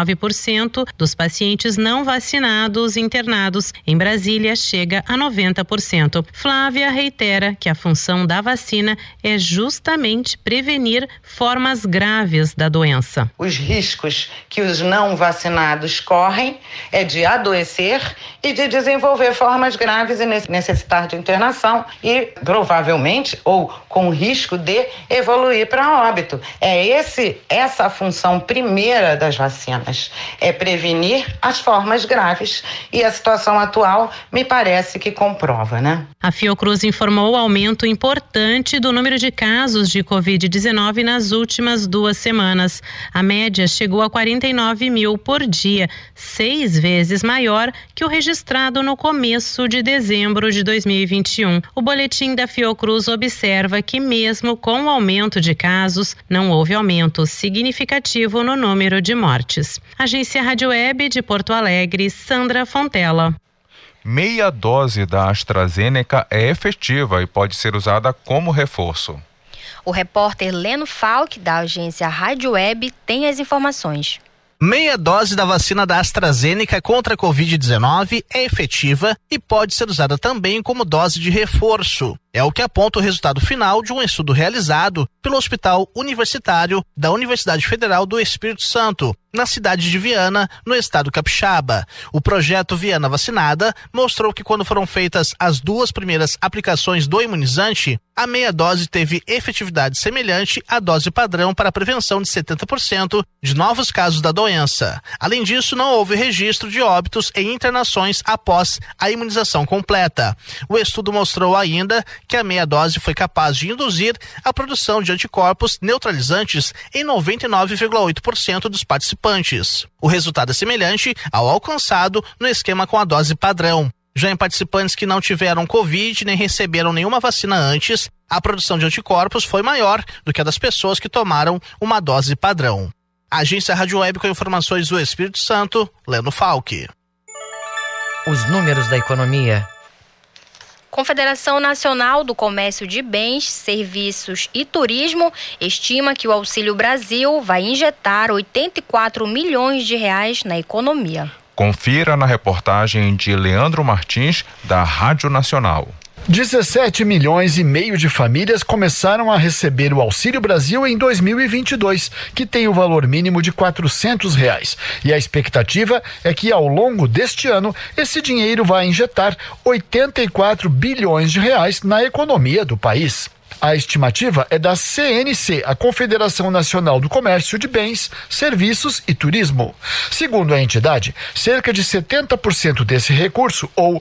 89% dos pacientes não vacinados internados. Em Brasília, chega a 90%. Flávia reitera que a função da vacina é justamente prevenir formas graves da doença. Os riscos que os não vacinados correm é de adoecer e de desenvolver formas graves e necessitar de internação e provavelmente ou com risco de evoluir para óbito. Essa a função primeira das vacinas, é prevenir as formas graves, e a situação atual me parece que comprova, né? A Fiocruz informou o aumento importante do número de casos de Covid-19 nas últimas 2 semanas. A média chegou a 49 mil por dia, 6 vezes maior que o registrado no começo de dezembro de 2021. O boletim da Fiocruz observa que mesmo com o aumento de casos, não houve aumento significativo no número de mortes. Agência Rádio Web de Porto Alegre, Sandra Fontela. Meia dose da AstraZeneca é efetiva e pode ser usada como reforço. O repórter Leno Falck, da agência Rádio Web, tem as informações. Meia dose da vacina da AstraZeneca contra a Covid-19 é efetiva e pode ser usada também como dose de reforço. É o que aponta o resultado final de um estudo realizado pelo Hospital Universitário da Universidade Federal do Espírito Santo, na cidade de Viana, no estado capixaba. O projeto Viana Vacinada mostrou que quando foram feitas as 2 primeiras aplicações do imunizante, a meia dose teve efetividade semelhante à dose padrão para a prevenção de 70% de novos casos da doença. Além disso, não houve registro de óbitos e internações após a imunização completa. O estudo mostrou ainda que a meia dose foi capaz de induzir a produção de anticorpos neutralizantes em 99,8% dos participantes. O resultado é semelhante ao alcançado no esquema com a dose padrão. Já em participantes que não tiveram Covid nem receberam nenhuma vacina antes, a produção de anticorpos foi maior do que a das pessoas que tomaram uma dose padrão. Agência Rádio Web com informações do Espírito Santo, Leno Falck. Os números da economia. Confederação Nacional do Comércio de Bens, Serviços e Turismo estima que o Auxílio Brasil vai injetar 84 milhões de reais na economia. Confira na reportagem de Leandro Martins, da Rádio Nacional. 17 milhões e meio de famílias começaram a receber o Auxílio Brasil em 2022, que tem o valor mínimo de R$400. E a expectativa é que ao longo deste ano, esse dinheiro vai injetar 84 bilhões de reais na economia do país. A estimativa é da CNC, a Confederação Nacional do Comércio de Bens, Serviços e Turismo. Segundo a entidade, cerca de 70% desse recurso, ou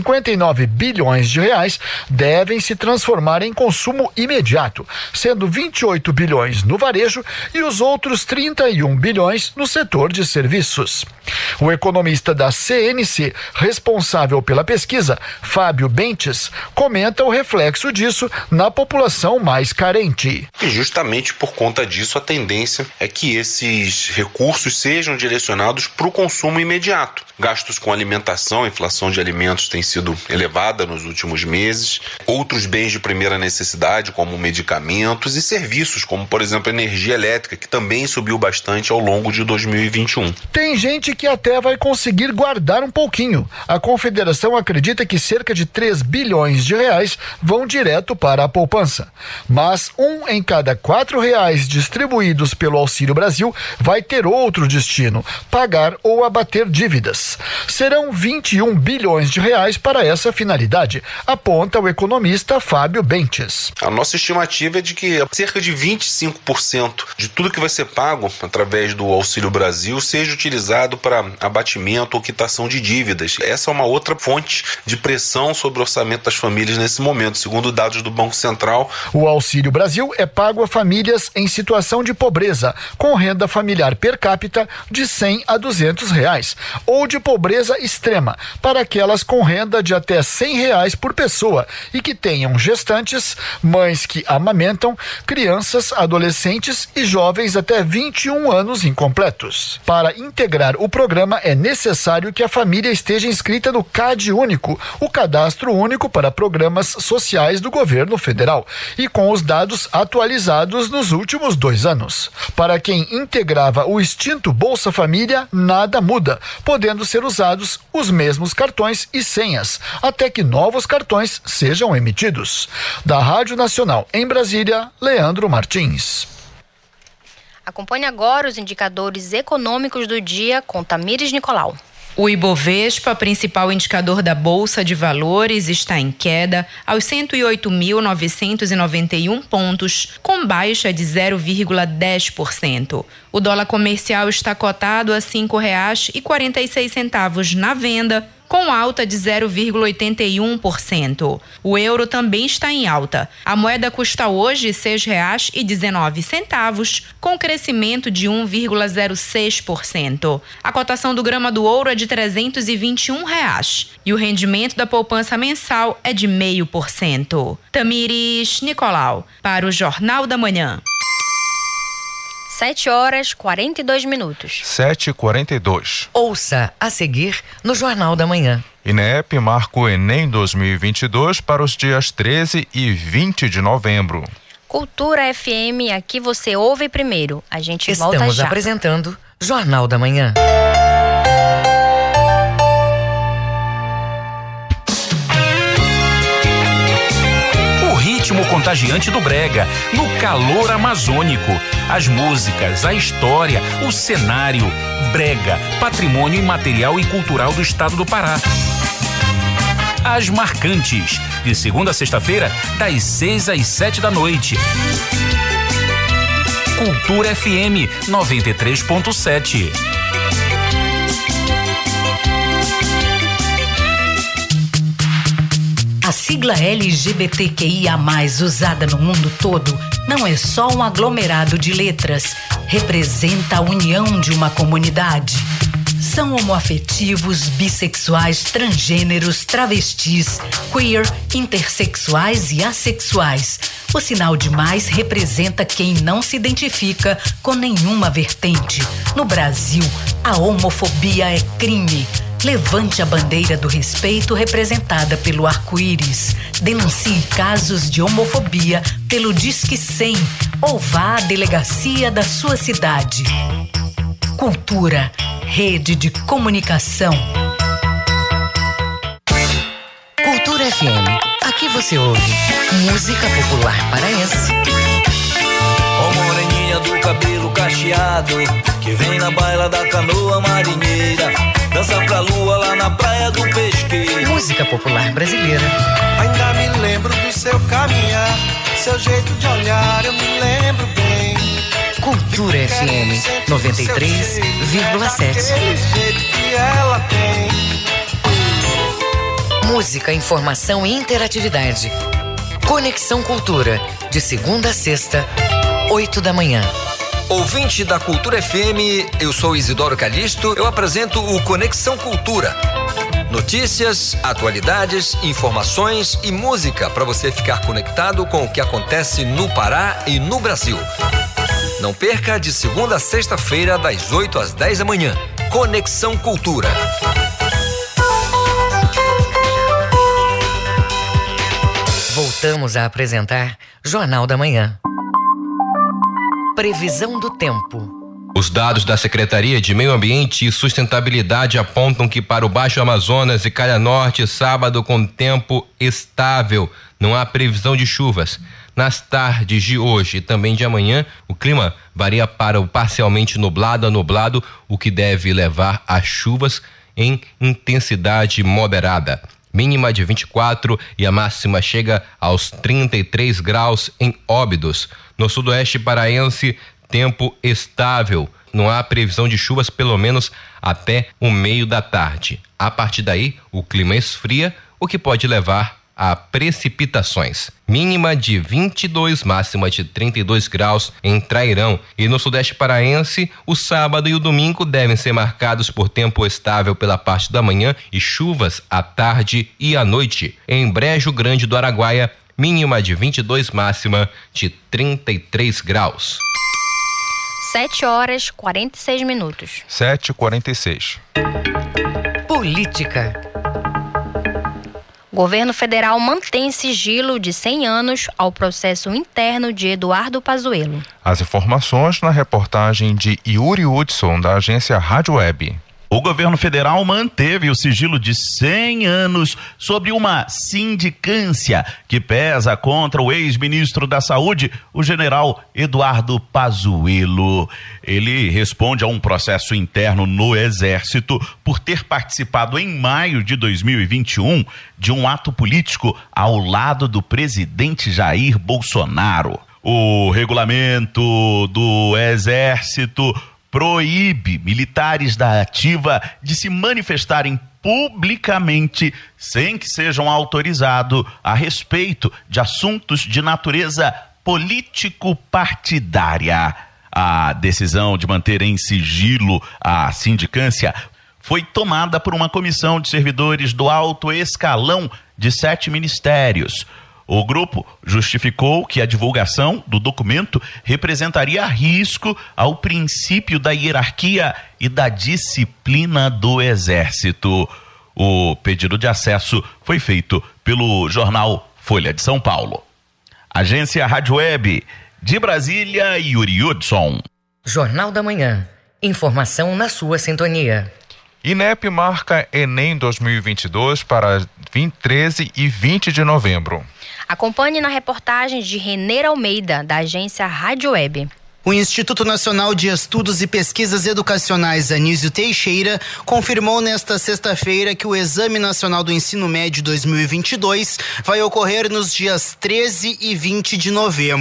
59 bilhões de reais, devem se transformar em consumo imediato, sendo 28 bilhões no varejo e os outros 31 bilhões no setor de serviços. O economista da CNC, responsável pela pesquisa, Fábio Bentes, comenta o reflexo disso na população mais carente. E justamente por conta disso, a tendência é que esses recursos sejam direcionados para o consumo imediato. Gastos com alimentação, a inflação de alimentos tem sido elevada nos últimos meses. Outros bens de primeira necessidade, como medicamentos e serviços, como por exemplo energia elétrica, que também subiu bastante ao longo de 2021. Tem gente que até vai conseguir guardar um pouquinho. A Confederação acredita que cerca de 3 bilhões de reais vão direto para a poupança. Mas R$1 em cada R$4 distribuídos pelo Auxílio Brasil vai ter outro destino: pagar ou abater dívidas. Serão 21 bilhões de reais para essa finalidade, aponta o economista Fábio Bentes. A nossa estimativa é de que cerca de 25% de tudo que vai ser pago através do Auxílio Brasil seja utilizado para abatimento ou quitação de dívidas. Essa é uma outra fonte de pressão sobre o orçamento das famílias nesse momento, segundo dados do Banco Central. O Auxílio Brasil é pago a famílias em situação de pobreza, com renda familiar per capita de R$100 a R$200, ou de pobreza extrema, para aquelas com renda de até R$100 por pessoa e que tenham gestantes, mães que amamentam, crianças, adolescentes e jovens até 21 anos incompletos. Para integrar o programa é necessário que a família esteja inscrita no CAD Único, o Cadastro Único para Programas Sociais do Governo Federal, e com os dados atualizados nos últimos 2 anos. Para quem integrava o extinto Bolsa Família, nada muda, podendo ser usados os mesmos cartões e senhas, até que novos cartões sejam emitidos. Da Rádio Nacional em Brasília, Leandro Martins. Acompanhe agora os indicadores econômicos do dia com Tamires Nicolau. O Ibovespa, principal indicador da Bolsa de Valores, está em queda aos 108.991 pontos, com baixa de 0,10%. O dólar comercial está cotado a R$ 5,46 na venda, com alta de 0,81%. O euro também está em alta. A moeda custa hoje R$ 6,19, com crescimento de 1,06%. A cotação do grama do ouro é de R$ 321 e o rendimento da poupança mensal é de 0,5%. Tamires Nicolau, para o Jornal da Manhã. 7h42. 7h42. Ouça a seguir no Jornal da Manhã. INEP marca o Enem 2022 para os dias 13 e 20 de novembro. Cultura FM, aqui você ouve primeiro. A gente volta já. Estamos apresentando Jornal da Manhã. Ritmo contagiante do brega, no calor amazônico. As músicas, a história, o cenário. Brega, patrimônio imaterial e cultural do estado do Pará. As Marcantes, de segunda a sexta-feira, das 6 às 7 da noite. Cultura FM 93.7. A sigla LGBTQIA+, usada no mundo todo, não é só um aglomerado de letras. Representa a união de uma comunidade. São homoafetivos, bissexuais, transgêneros, travestis, queer, intersexuais e assexuais. O sinal de mais representa quem não se identifica com nenhuma vertente. No Brasil, a homofobia é crime. Levante a bandeira do respeito representada pelo arco-íris. Denuncie casos de homofobia pelo Disque 100 ou vá à delegacia da sua cidade. Cultura, rede de comunicação. Cultura FM. Aqui você ouve música popular paraense. Ó moreninha do cabelo cacheado, que vem na baila da canoa marinheira, dança pra lua lá na praia do Pesqueiro. Música popular brasileira. Ainda me lembro do seu caminhar, seu jeito de olhar, eu me lembro bem. Cultura FM 93,7. jeito que ela tem. Música, informação e interatividade. Conexão Cultura, de segunda a sexta, 8 da manhã. Ouvinte da Cultura FM, eu sou Isidoro Calixto, eu apresento o Conexão Cultura. Notícias, atualidades, informações e música para você ficar conectado com o que acontece no Pará e no Brasil. Não perca, de segunda a sexta-feira, das 8 às 10 da manhã. Conexão Cultura. Voltamos a apresentar Jornal da Manhã. Previsão do tempo. Os dados da Secretaria de Meio Ambiente e Sustentabilidade apontam que para o Baixo Amazonas e Calha Norte, sábado com tempo estável. Não há previsão de chuvas. Nas tardes de hoje e também de amanhã, o clima varia para o parcialmente nublado a nublado, o que deve levar a chuvas em intensidade moderada. Mínima de 24 e a máxima chega aos 33 graus em Óbidos. No sudoeste paraense, tempo estável. Não há previsão de chuvas pelo menos até o meio da tarde. A partir daí, o clima esfria, o que pode levar a precipitações. Mínima de 22, máxima de 32 graus em Trairão. E no sudeste paraense, o sábado e o domingo devem ser marcados por tempo estável pela parte da manhã e chuvas à tarde e à noite. Em Brejo Grande do Araguaia, mínima de 22, máxima de 33 graus. 7 horas 46 minutos. 7h46. Política. Governo federal mantém sigilo de 100 anos ao processo interno de Eduardo Pazuello. As informações na reportagem de Yuri Hudson, da agência Rádio Web. O governo federal manteve o sigilo de 100 anos sobre uma sindicância que pesa contra o ex-ministro da Saúde, o general Eduardo Pazuello. Ele responde a um processo interno no Exército por ter participado em maio de 2021 de um ato político ao lado do presidente Jair Bolsonaro. O regulamento do Exército proíbe militares da ativa de se manifestarem publicamente sem que sejam autorizados a respeito de assuntos de natureza político-partidária. A decisão de manter em sigilo a sindicância foi tomada por uma comissão de servidores do alto escalão de 7 ministérios. O grupo justificou que a divulgação do documento representaria risco ao princípio da hierarquia e da disciplina do Exército. O pedido de acesso foi feito pelo jornal Folha de São Paulo. Agência Rádio Web, de Brasília, Yuri Hudson. Jornal da Manhã. Informação na sua sintonia. INEP marca Enem 2022 para 13 e 20 de novembro. Acompanhe na reportagem de Renê Almeida, da agência Rádio Web. O Instituto Nacional de Estudos e Pesquisas Educacionais Anísio Teixeira confirmou nesta sexta-feira que o Exame Nacional do Ensino Médio 2022 vai ocorrer nos dias 13 e 20 de novembro.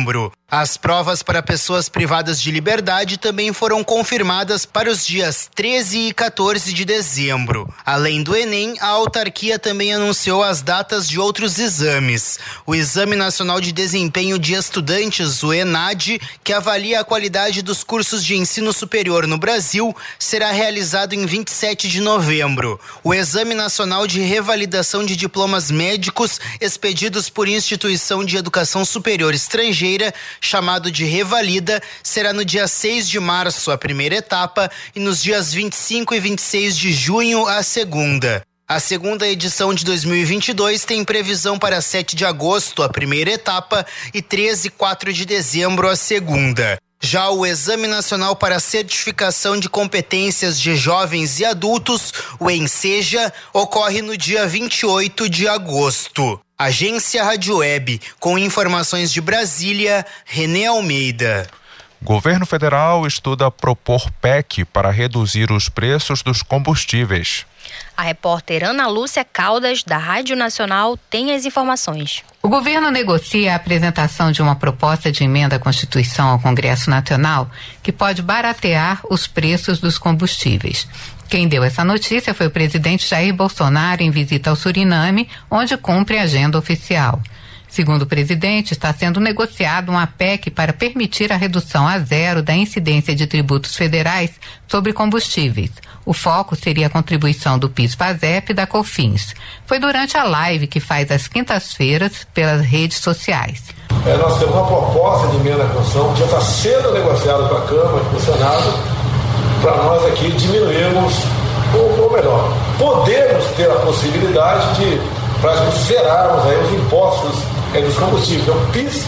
As provas para pessoas privadas de liberdade também foram confirmadas para os dias 13 e 14 de dezembro. Além do Enem, a autarquia também anunciou as datas de outros exames. O Exame Nacional de Desempenho de Estudantes, o ENAD, que avalia a qualidade dos cursos de ensino superior no Brasil, será realizado em 27 de novembro. O Exame Nacional de Revalidação de Diplomas Médicos expedidos por instituição de educação superior estrangeira, chamado de Revalida, será no dia 6 de março a primeira etapa e nos dias 25 e 26 de junho a segunda. A segunda edição de 2022 tem previsão para 7 de agosto a primeira etapa e 13 e 4 de dezembro a segunda. Já o Exame Nacional para Certificação de Competências de Jovens e Adultos, o ENSEJA, ocorre no dia 28 de agosto. Agência Rádio Web, com informações de Brasília, Renê Almeida. Governo federal estuda propor PEC para reduzir os preços dos combustíveis. A repórter Ana Lúcia Caldas, da Rádio Nacional, tem as informações. O governo negocia a apresentação de uma proposta de emenda à Constituição ao Congresso Nacional que pode baratear os preços dos combustíveis. Quem deu essa notícia foi o presidente Jair Bolsonaro em visita ao Suriname, onde cumpre a agenda oficial. Segundo o presidente, está sendo negociado uma PEC para permitir a redução a zero da incidência de tributos federais sobre combustíveis. O foco seria a contribuição do PIS/PASEP e da COFINS. Foi durante a live que faz às quintas-feiras pelas redes sociais. Nós temos uma proposta de emenda à Constituição que já está sendo negociada com a Câmara e com o Senado, para nós aqui diminuirmos, ou melhor, podermos ter a possibilidade de, para a gente zerarmos aí os impostos dos combustíveis, então PIS,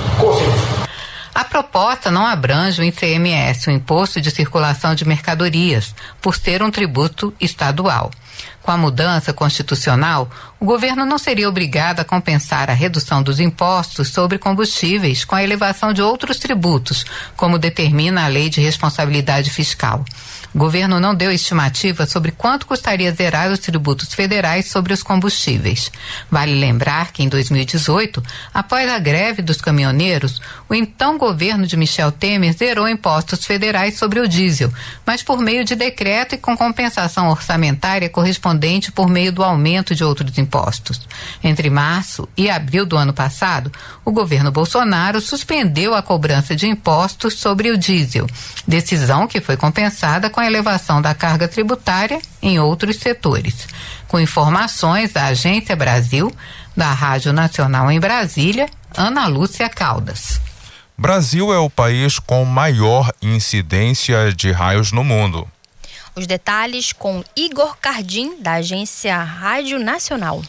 COFINS. A proposta não abrange o ICMS, o Imposto de Circulação de Mercadorias, por ser um tributo estadual. Com a mudança constitucional, o governo não seria obrigado a compensar a redução dos impostos sobre combustíveis com a elevação de outros tributos, como determina a Lei de Responsabilidade Fiscal. O governo não deu estimativa sobre quanto custaria zerar os tributos federais sobre os combustíveis. Vale lembrar que em 2018, após a greve dos caminhoneiros, o então governo de Michel Temer zerou impostos federais sobre o diesel, mas por meio de decreto e com compensação orçamentária correspondente por meio do aumento de outros impostos. Entre março e abril do ano passado, o governo Bolsonaro suspendeu a cobrança de impostos sobre o diesel, decisão que foi compensada com a elevação da carga tributária em outros setores. Com informações da Agência Brasil, da Rádio Nacional em Brasília, Ana Lúcia Caldas. Brasil é o país com maior incidência de raios no mundo. Os detalhes com Igor Cardim, da Agência Rádio Nacional.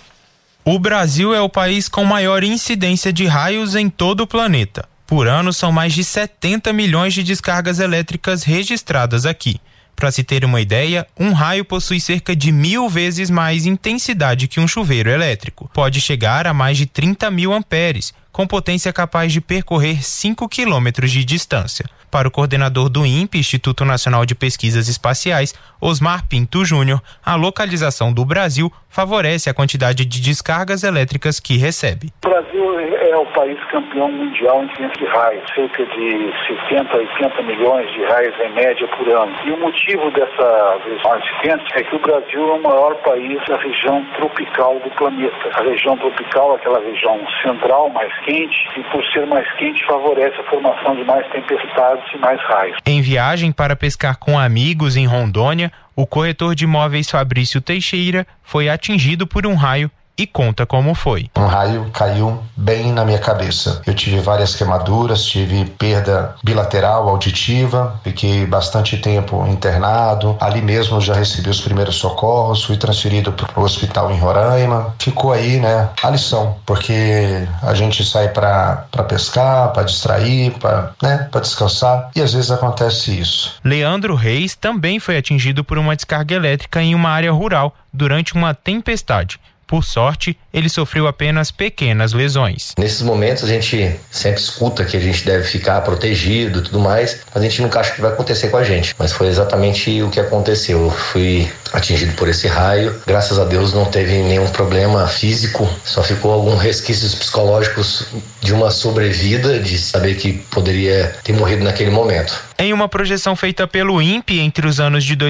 O Brasil é o país com maior incidência de raios em todo o planeta. Por ano, são mais de 70 milhões de descargas elétricas registradas aqui. Para se ter uma ideia, um raio possui cerca de 1000 vezes mais intensidade que um chuveiro elétrico. Pode chegar a mais de 30.000 amperes, com potência capaz de percorrer 5 quilômetros de distância. Para o coordenador do INPE, Instituto Nacional de Pesquisas Espaciais, Osmar Pinto Júnior, a localização do Brasil favorece a quantidade de descargas elétricas que recebe. O Brasil é o país campeão mundial em ciência de raios, cerca de 70 a 80 milhões de raios em média por ano. E o motivo dessa incidência é que o Brasil é o maior país da região tropical do planeta. A região tropical é aquela região central, mais quente, e por ser mais quente favorece a formação de mais tempestades e mais raios. Em viagem para pescar com amigos em Rondônia, o corretor de imóveis Fabrício Teixeira foi atingido por um raio e conta como foi. Um raio caiu bem na minha cabeça. Eu tive várias queimaduras, tive perda bilateral auditiva, fiquei bastante tempo internado. Ali mesmo já recebi os primeiros socorros, fui transferido para o hospital em Roraima. Ficou aí, a lição, porque a gente sai para pescar, para distrair, para descansar, e às vezes acontece isso. Leandro Reis também foi atingido por uma descarga elétrica em uma área rural durante uma tempestade. Por sorte, ele sofreu apenas pequenas lesões. Nesses momentos a gente sempre escuta que a gente deve ficar protegido e tudo mais, mas a gente nunca acha que vai acontecer com a gente. Mas foi exatamente o que aconteceu. Eu fui atingido por esse raio. Graças a Deus não teve nenhum problema físico, só ficou alguns resquícios psicológicos de uma sobrevida, de saber que poderia ter morrido naquele momento. Em uma projeção feita pelo INPE entre os anos de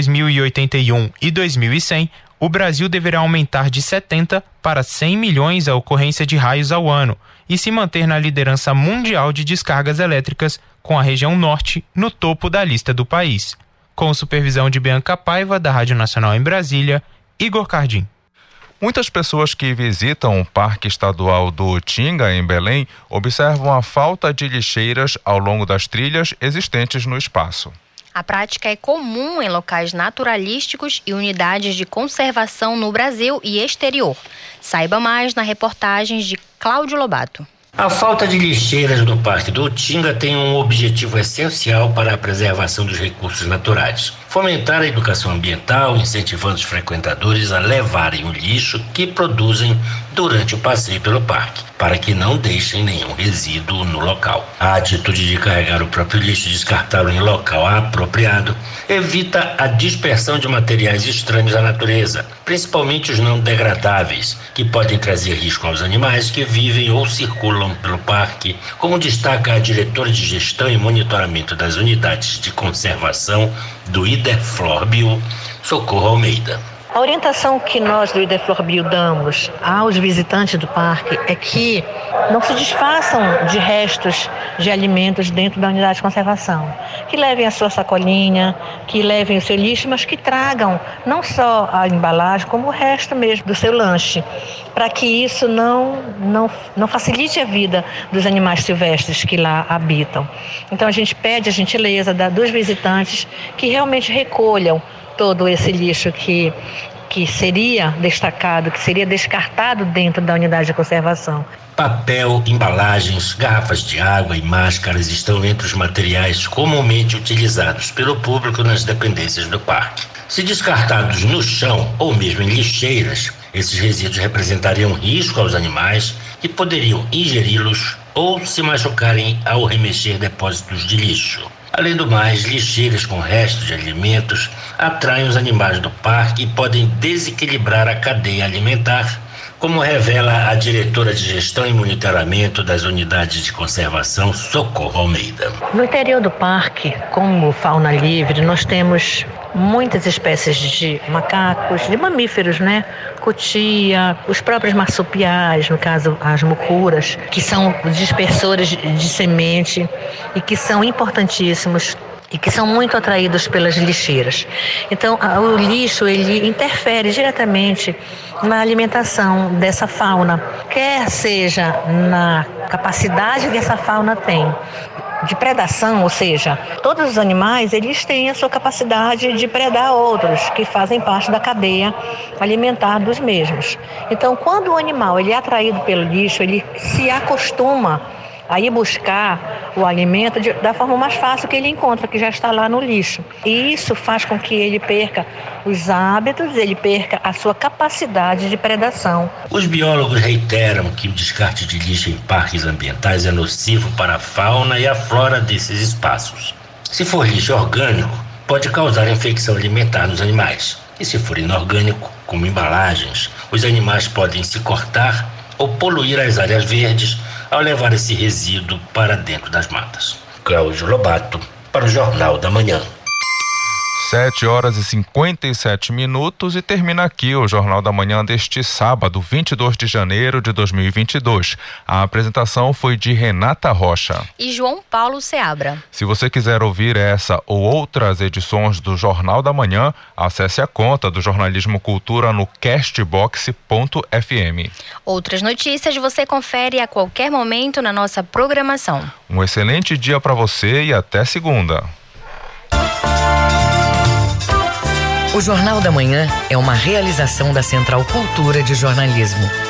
2081 e 2100, o Brasil deverá aumentar de 70 para 100 milhões a ocorrência de raios ao ano e se manter na liderança mundial de descargas elétricas, com a região norte no topo da lista do país. Com supervisão de Bianca Paiva, da Rádio Nacional em Brasília, Igor Cardim. Muitas pessoas que visitam o Parque Estadual do Utinga, em Belém, observam a falta de lixeiras ao longo das trilhas existentes no espaço. A prática é comum em locais naturalísticos e unidades de conservação no Brasil e exterior. Saiba mais na reportagem de Cláudio Lobato. A falta de lixeiras no Parque do Utinga tem um objetivo essencial para a preservação dos recursos naturais: fomentar a educação ambiental, incentivando os frequentadores a levarem o lixo que produzem durante o passeio pelo parque, para que não deixem nenhum resíduo no local. A atitude de carregar o próprio lixo e descartá-lo em local apropriado evita a dispersão de materiais estranhos à natureza, principalmente os não degradáveis, que podem trazer risco aos animais que vivem ou circulam pelo parque, como destaca a diretora de Gestão e Monitoramento das Unidades de Conservação do IDEFLOR-Bio, Socorro Almeida. A orientação que nós do IDEFLOR-Bio damos aos visitantes do parque é que não se desfaçam de restos de alimentos dentro da unidade de conservação. Que levem a sua sacolinha, que levem o seu lixo, mas que tragam não só a embalagem, como o resto mesmo do seu lanche, para que isso não facilite a vida dos animais silvestres que lá habitam. Então a gente pede a gentileza dos visitantes que realmente recolham todo esse lixo que seria destacado, que seria descartado dentro da unidade de conservação. Papel, embalagens, garrafas de água e máscaras estão entre os materiais comumente utilizados pelo público nas dependências do parque. Se descartados no chão ou mesmo em lixeiras, esses resíduos representariam risco aos animais que poderiam ingeri-los ou se machucarem ao remexer depósitos de lixo. Além do mais, lixeiras com restos de alimentos atraem os animais do parque e podem desequilibrar a cadeia alimentar, como revela a diretora de Gestão e Monitoramento das Unidades de Conservação, Socorro Almeida. No interior do parque, como fauna livre, nós temos muitas espécies de macacos, de mamíferos, né? Cutia, os próprios marsupiais, no caso as mucuras, que são dispersores de semente e que são importantíssimos e que são muito atraídos pelas lixeiras. Então, o lixo, ele interfere diretamente na alimentação dessa fauna, quer seja na capacidade que essa fauna tem de predação, ou seja, todos os animais, eles têm a sua capacidade de predar outros, que fazem parte da cadeia alimentar dos mesmos. Então, quando o animal ele é atraído pelo lixo, ele se acostuma a ir buscar o alimento da forma mais fácil que ele encontra, que já está lá no lixo. E isso faz com que ele perca os hábitos, ele perca a sua capacidade de predação. Os biólogos reiteram que o descarte de lixo em parques ambientais é nocivo para a fauna e a flora desses espaços. Se for lixo orgânico, pode causar infecção alimentar nos animais. E se for inorgânico, como embalagens, os animais podem se cortar ou poluir as áreas verdes ao levar esse resíduo para dentro das matas. Cláudio Lobato, para o Jornal da Manhã. 7h57 e termina aqui o Jornal da Manhã deste sábado, 22 de janeiro de 2022. A apresentação foi de Renata Rocha e João Paulo Seabra. Se você quiser ouvir essa ou outras edições do Jornal da Manhã, acesse a conta do Jornalismo Cultura no castbox.fm. Outras notícias você confere a qualquer momento na nossa programação. Um excelente dia para você e até segunda. O Jornal da Manhã é uma realização da Central Cultura de Jornalismo.